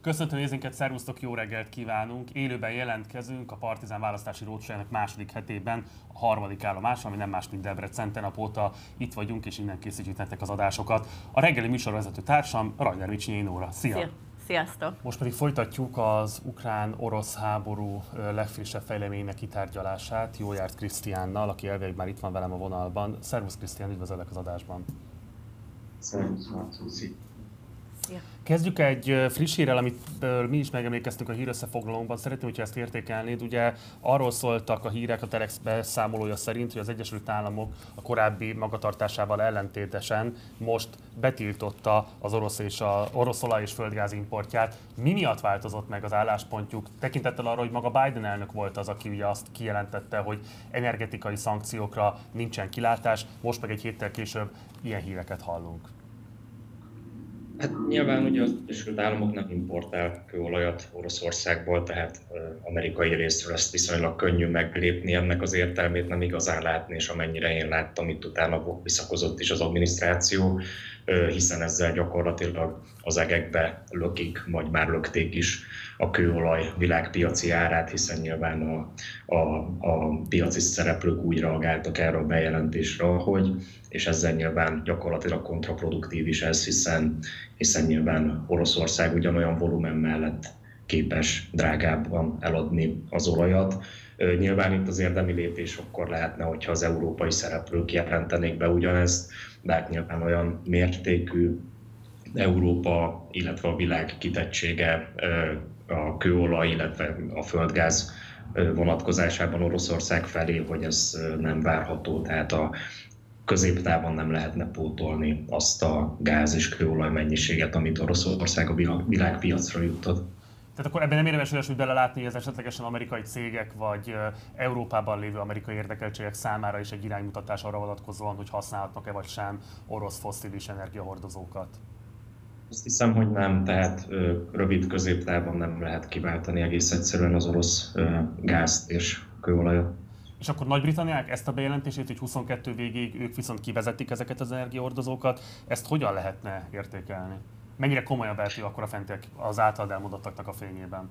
Köszöntöm nézőinket, szervusztok, jó reggelt kívánunk! Élőben jelentkezünk a Partizán választási rócsójának második hetében, a harmadik állomáson, ami nem más, mint Debrecen. Tegnap óta itt vagyunk, és innen készítjük nektek az adásokat. A reggeli műsorvezető társam, Rajder Micsinyi Nóra. Szia! Sziasztok! Most pedig folytatjuk az ukrán-orosz háború legfrissebb fejleményének kitárgyalását Jójárt Krisztiánnal, aki elvileg már itt van velem a vonalban. Szervusz Krisztián, üdvözöllek az adásban! Szervusz Marci! Kezdjük egy friss hírrel, amit mi is megemlékeztünk a hírösszefoglalónkban. Szeretném, hogyha ezt értékelnéd. Ugye arról szóltak a hírek, a Telex beszámolója szerint, hogy az Egyesült Államok a korábbi magatartásával ellentétesen most betiltotta az orosz olaj és földgáz importját. Mi miatt változott meg az álláspontjuk? Tekintettel arra, hogy maga Biden elnök volt az, aki ugye azt kijelentette, hogy energetikai szankciókra nincsen kilátás, most meg egy héttel később ilyen híreket hallunk. Hát nyilván ugye az Egyesült Államok nem importál kőolajat Oroszországból, tehát amerikai részről ezt viszonylag könnyű meglépni, ennek az értelmét nem igazán látni, és amennyire én láttam, itt utána visszakozott is az adminisztráció, hiszen ezzel gyakorlatilag az egekbe lökik, vagy már lökték is a kőolaj világpiaci árát, hiszen nyilván a piaci szereplők úgy reagáltak erre a bejelentésre, ahogy, és ezzel nyilván gyakorlatilag kontraproduktív is ez, hiszen nyilván Oroszország ugyanolyan volumen mellett képes drágábban eladni az olajat. Nyilván itt az érdemi lépés akkor lehetne, hogyha az európai szereplők jelentenék be ugyanezt, de hát nyilván olyan mértékű Európa, illetve a világ kitettsége a kőolaj, illetve a földgáz vonatkozásában Oroszország felé, hogy ez nem várható, tehát a középtávon nem lehetne pótolni azt a gáz és kőolaj mennyiséget, amit Oroszország a világpiacra juttat. Tehát akkor ebben nem érdemes olyasmit belelátni, hogy ez esetlegesen amerikai cégek vagy Európában lévő amerikai érdekeltségek számára is egy iránymutatás arra vonatkozóan, hogy használhatnak-e vagy sem orosz fosszilis energiahordozókat? Azt hiszem, hogy nem, tehát rövid középtávon nem lehet kiváltani egész egyszerűen az orosz gázt és kőolajat. És akkor Nagy-Britanniák ezt a bejelentését, hogy 22 végéig ők viszont kivezetik ezeket az energiahordozókat, ezt hogyan lehetne értékelni? Mennyire komolyan vehető akkor a fentiek az általad elmondottaknak a fényében?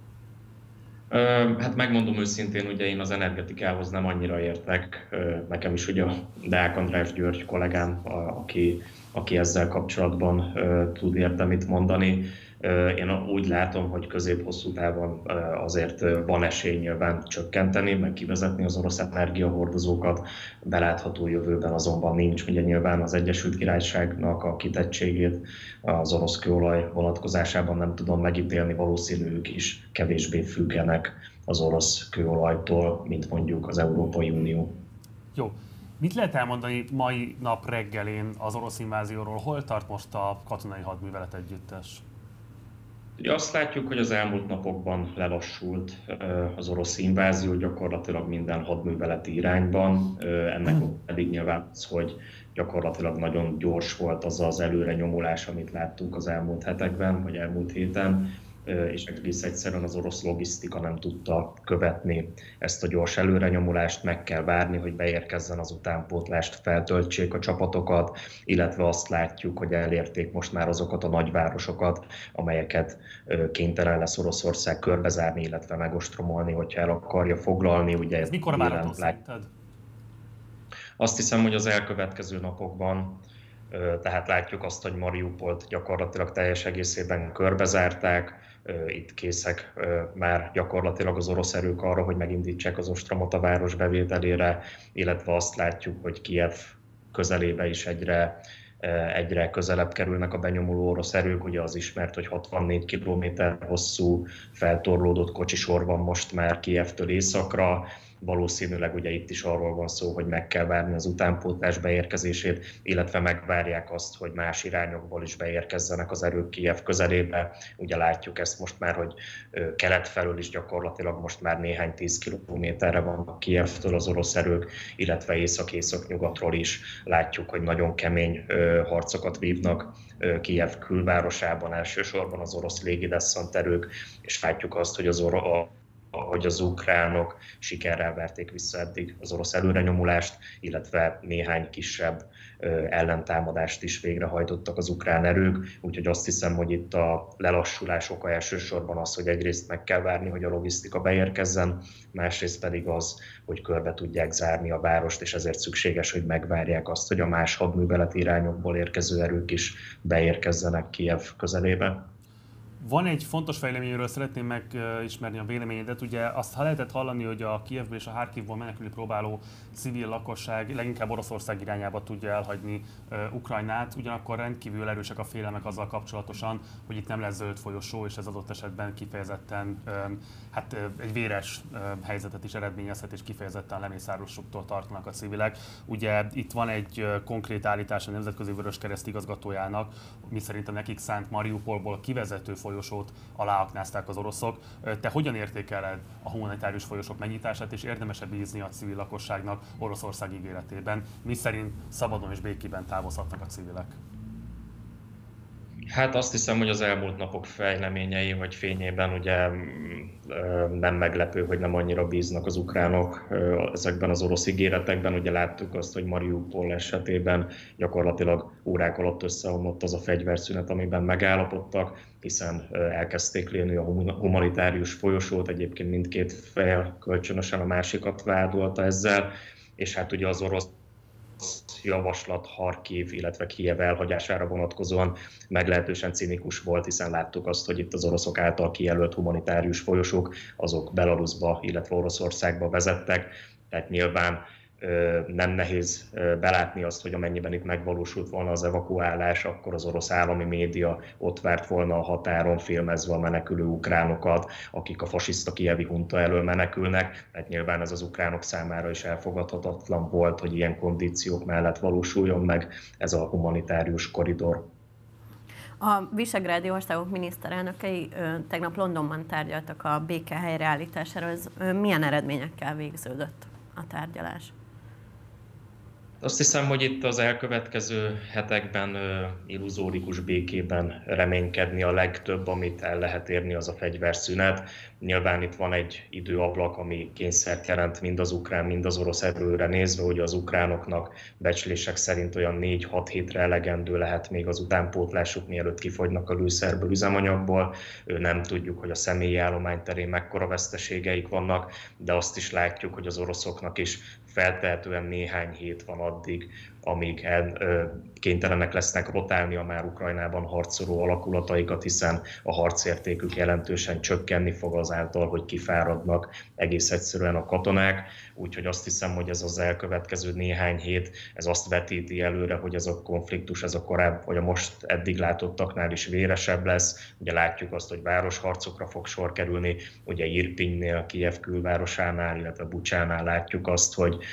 Hát megmondom őszintén, ugye én az energetikához nem annyira értek. Nekem is ugye a Deák András György kollégám, aki ezzel kapcsolatban tud érdemit mondani. Én úgy látom, hogy közép-hosszú távon azért van esély nyilván csökkenteni, meg kivezetni az orosz energiahordozókat, belátható jövőben azonban nincs. Ugye nyilván az Egyesült Királyságnak a kitettségét az orosz kőolaj vonatkozásában nem tudom megítélni, valószínű ők is kevésbé függenek az orosz kőolajtól, mint mondjuk az Európai Unió. Jó. Mit lehet elmondani mai nap reggelén az orosz invázióról? Hol tart most a katonai hadművelet együttes? Ugye azt látjuk, hogy az elmúlt napokban lelassult az orosz invázió gyakorlatilag minden hadműveleti irányban. Ennek pedig nyilván az, hogy gyakorlatilag nagyon gyors volt az előrenyomulás, amit láttunk az elmúlt hetekben, vagy elmúlt héten, és egész egyszerűen az orosz logisztika nem tudta követni ezt a gyors előrenyomulást, meg kell várni, hogy beérkezzen az utánpótlást, feltöltsék a csapatokat, illetve azt látjuk, hogy elérték most már azokat a nagyvárosokat, amelyeket kénytelen lesz Oroszország körbezárni, illetve megostromolni, hogyha el akarja foglalni. Ugye ez mikor várható szerinted? Azt hiszem, hogy az elkövetkező napokban. Tehát látjuk azt, hogy Mariupolt gyakorlatilag teljes egészében körbezárták, itt készek már gyakorlatilag az orosz erők arra, hogy megindítsák az ostromot a város bevételére, illetve azt látjuk, hogy Kijev közelébe is egyre közelebb kerülnek a benyomuló orosz erők. Ugye az ismert, hogy 64 kilométer hosszú feltorlódott kocsisor van most már Kijevtől északra. Valószínűleg ugye itt is arról van szó, hogy meg kell várni az utánpótlás beérkezését, illetve megvárják azt, hogy más irányokból is beérkezzenek az erők Kijev közelébe. Ugye látjuk ezt most már, hogy kelet felől is gyakorlatilag most már néhány 10 kilométerre van Kijevtől az orosz erők, illetve észak-észak-nyugatról is látjuk, hogy nagyon kemény harcokat vívnak Kijev külvárosában, elsősorban az orosz légideszant erők, és látjuk azt, hogy hogy az ukránok sikerrel verték vissza eddig az orosz előrenyomulást, illetve néhány kisebb ellentámadást is végrehajtottak az ukrán erők, úgyhogy azt hiszem, hogy itt a lelassulás oka elsősorban az, hogy egyrészt meg kell várni, hogy a logisztika beérkezzen, másrészt pedig az, hogy körbe tudják zárni a várost, és ezért szükséges, hogy megvárják azt, hogy a más hadműveleti irányokból érkező erők is beérkezzenek Kijev közelébe. Van egy fontos fejleményről, szeretném megismerni a véleményedet. Ugye azt lehetett hallani, hogy a Kijevből és a Harkivból menekülni próbáló civil lakosság leginkább Oroszország irányába tudja elhagyni Ukrajnát, ugyanakkor rendkívül erősek a félelmek azzal kapcsolatosan, hogy itt nem lesz zöld folyosó, és ez adott esetben kifejezetten egy véres helyzetet is eredményezhet, és kifejezetten lemészárolásoktól tartanak a civilek. Ugye itt van egy konkrét állítás a Nemzetközi Vöröskereszt igazgatójának, miszerint a nekik szánt Mariupolból a kivezető folyosót aláaknázták az oroszok. Te hogyan értékeled a humanitárius folyosók megnyitását, és érdemes-e bízni a civil lakosságnak Oroszország ígéretében, miszerint szabadon és békében távozhatnak a civilek? Hát azt hiszem, hogy az elmúlt napok fejleményei vagy fényében ugye nem meglepő, hogy nem annyira bíznak az ukránok ezekben az orosz ígéretekben. Ugye láttuk azt, hogy Mariupol esetében gyakorlatilag órák alatt összeomlott az a fegyverszünet, amiben megállapodtak, hiszen elkezdték lőni a humanitárius folyosót, egyébként mindkét fél kölcsönösen a másikat vádolta ezzel, és hát ugye az orosz javaslat Harkiv, illetve Kijev elhagyására vonatkozóan meglehetősen cinikus volt, hiszen láttuk azt, hogy itt az oroszok által kijelölt humanitárius folyosók, azok Belarusba, illetve Oroszországba vezettek, tehát nyilván nem nehéz belátni azt, hogy amennyiben itt megvalósult volna az evakuálás, akkor az orosz állami média ott várt volna a határon, filmezve a menekülő ukránokat, akik a fasiszta kijevi hunta elől menekülnek. Tehát nyilván ez az ukránok számára is elfogadhatatlan volt, hogy ilyen kondíciók mellett valósuljon meg ez a humanitárius koridor. A visegrádi országok miniszterelnökei tegnap Londonban tárgyaltak a béke helyreállításáról. Ez milyen eredményekkel végződött a tárgyalás? Azt hiszem, hogy itt az elkövetkező hetekben illuzórikus békében reménykedni a legtöbb, amit el lehet érni, az a fegyverszünet. Nyilván itt van egy időablak, ami kényszert jelent mind az ukrán, mind az orosz erőre nézve, hogy az ukránoknak becslések szerint olyan 4-6 hétre elegendő lehet még az utánpótlásuk, mielőtt kifogynak a lőszerből, üzemanyagból. Nem tudjuk, hogy a személyi állomány terén mekkora veszteségeik vannak, de azt is látjuk, hogy az oroszoknak is feltehetően néhány hét van addig, amíg kénytelenek lesznek rotálni a már Ukrajnában harcoló alakulataikat, hiszen a harcértékük jelentősen csökkenni fog azáltal, hogy kifáradnak egész egyszerűen a katonák. Úgyhogy azt hiszem, hogy ez az elkövetkező néhány hét, ez azt vetíti előre, hogy ez a konfliktus, ez a korábbi, vagy a most eddig látottaknál is véresebb lesz. Ugye látjuk azt, hogy városharcokra fog sor kerülni, ugye Irpinynél, Kijev külvárosánál, illetve Bucsánál látjuk azt,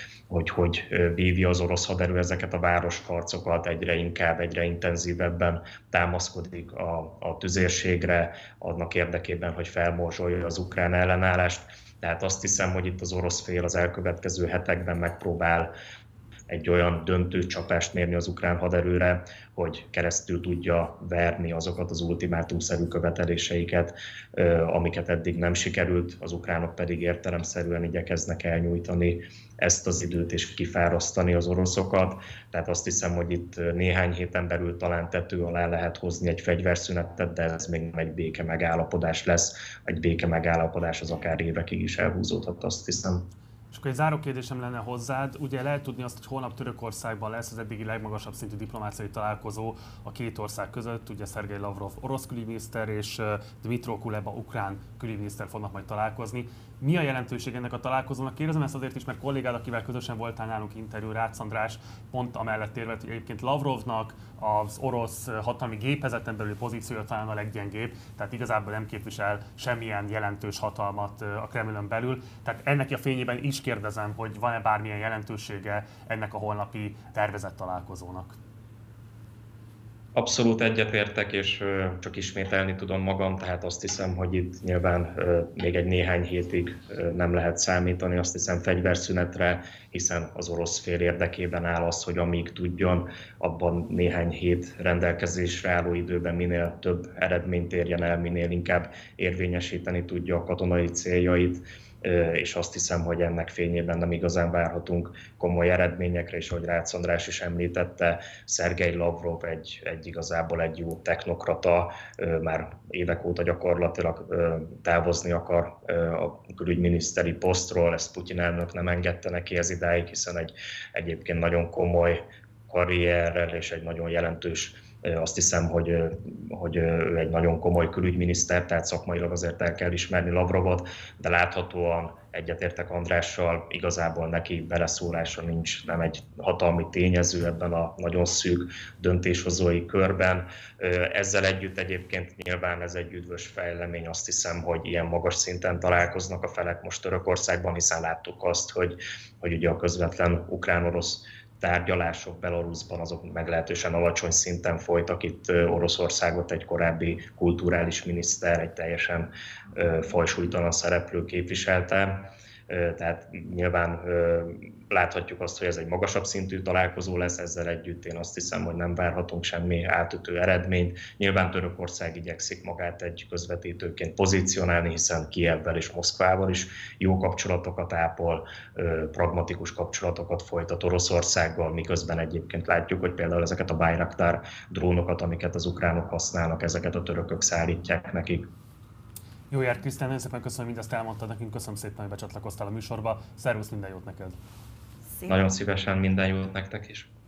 hogy vívja az orosz haderő ezeket a városharcokat, egyre inkább, egyre intenzívebben támaszkodik a tüzérségre, annak érdekében, hogy felmorzsolja az ukrán ellenállást. Tehát azt hiszem, hogy itt az orosz fél az elkövetkező hetekben megpróbál egy olyan döntő csapást mérni az ukrán haderőre, hogy keresztül tudja verni azokat az ultimátumszerű követeléseiket, amiket eddig nem sikerült, az ukránok pedig értelemszerűen igyekeznek elnyújtani ezt az időt és kifárasztani az oroszokat. Tehát azt hiszem, hogy itt néhány héten belül talán tető alá lehet hozni egy fegyverszünetet, de ez még nem egy béke megállapodás lesz. Egy béke megállapodás az akár évekig is elhúzódhat, azt hiszem. És akkor egy záró kérdésem lenne hozzád. Ugye lehet tudni azt, hogy holnap Törökországban lesz az eddigi legmagasabb szintű diplomáciai találkozó a két ország között. Ugye Szergej Lavrov orosz külügyminiszter és Dmytro Kuleba ukrán külügyminiszter fognak majd találkozni. Mi a jelentőség ennek a találkozónak? Kérdezem ezt azért is, mert kollégád, akivel közösen voltál nálunk interjú, Rácz András, pont amellett érvelt, hogy egyébként Lavrovnak az orosz hatalmi gépezeten belüli pozíciója talán a leggyengébb, tehát igazából nem képvisel semmilyen jelentős hatalmat a Kremlön belül. Tehát ennek a fényében is kérdezem, hogy van-e bármilyen jelentősége ennek a holnapi tervezett találkozónak? Abszolút egyetértek, és csak ismételni tudom magam, tehát azt hiszem, hogy itt nyilván még egy néhány hétig nem lehet számítani, azt hiszem fegyverszünetre, hiszen az orosz fél érdekében áll az, hogy amíg tudjon, abban néhány hét rendelkezésre álló időben minél több eredményt érjen el, minél inkább érvényesíteni tudja a katonai céljait, és azt hiszem, hogy ennek fényében nem igazán várhatunk komoly eredményekre, és ahogy Rácz András is említette, Szergej Lavrov igazából egy jó technokrata, már évek óta gyakorlatilag távozni akar a külügyminiszteri posztról, ezt Putyin elnök nem engedte neki ez idáig, hiszen egy egyébként nagyon komoly karrierrel és egy nagyon jelentős, azt hiszem, hogy ő egy nagyon komoly külügyminiszter, tehát szakmailag azért el kell ismerni Lavrovot, de láthatóan egyetértek Andrással, igazából neki beleszólása nincs, nem egy hatalmi tényező ebben a nagyon szűk döntéshozói körben. Ezzel együtt egyébként nyilván ez egy üdvös fejlemény, azt hiszem, hogy ilyen magas szinten találkoznak a felek most Törökországban, hiszen láttuk azt, hogy ugye a közvetlen ukrán-orosz tárgyalások Belarusban azok meglehetősen alacsony szinten folytak. Itt Oroszországot egy korábbi kulturális miniszter, egy teljesen fajsúlytalan szereplő képviselte. Tehát nyilván láthatjuk azt, hogy ez egy magasabb szintű találkozó lesz, ezzel együtt én azt hiszem, hogy nem várhatunk semmi átütő eredményt. Nyilván Törökország igyekszik magát egy közvetítőként pozícionálni, hiszen Kijevvel és Moszkvával is jó kapcsolatokat ápol, pragmatikus kapcsolatokat folytat Oroszországgal, miközben egyébként látjuk, hogy például ezeket a Bayraktar drónokat, amiket az ukránok használnak, ezeket a törökök szállítják nekik. Jó Jár Krisztián, nagyon szépen köszönöm, hogy mindezt elmondtad nekünk, köszönöm szépen, hogy becsatlakoztál a műsorba. Szervusz, minden jót neked! Nagyon szívesen, minden jót nektek is!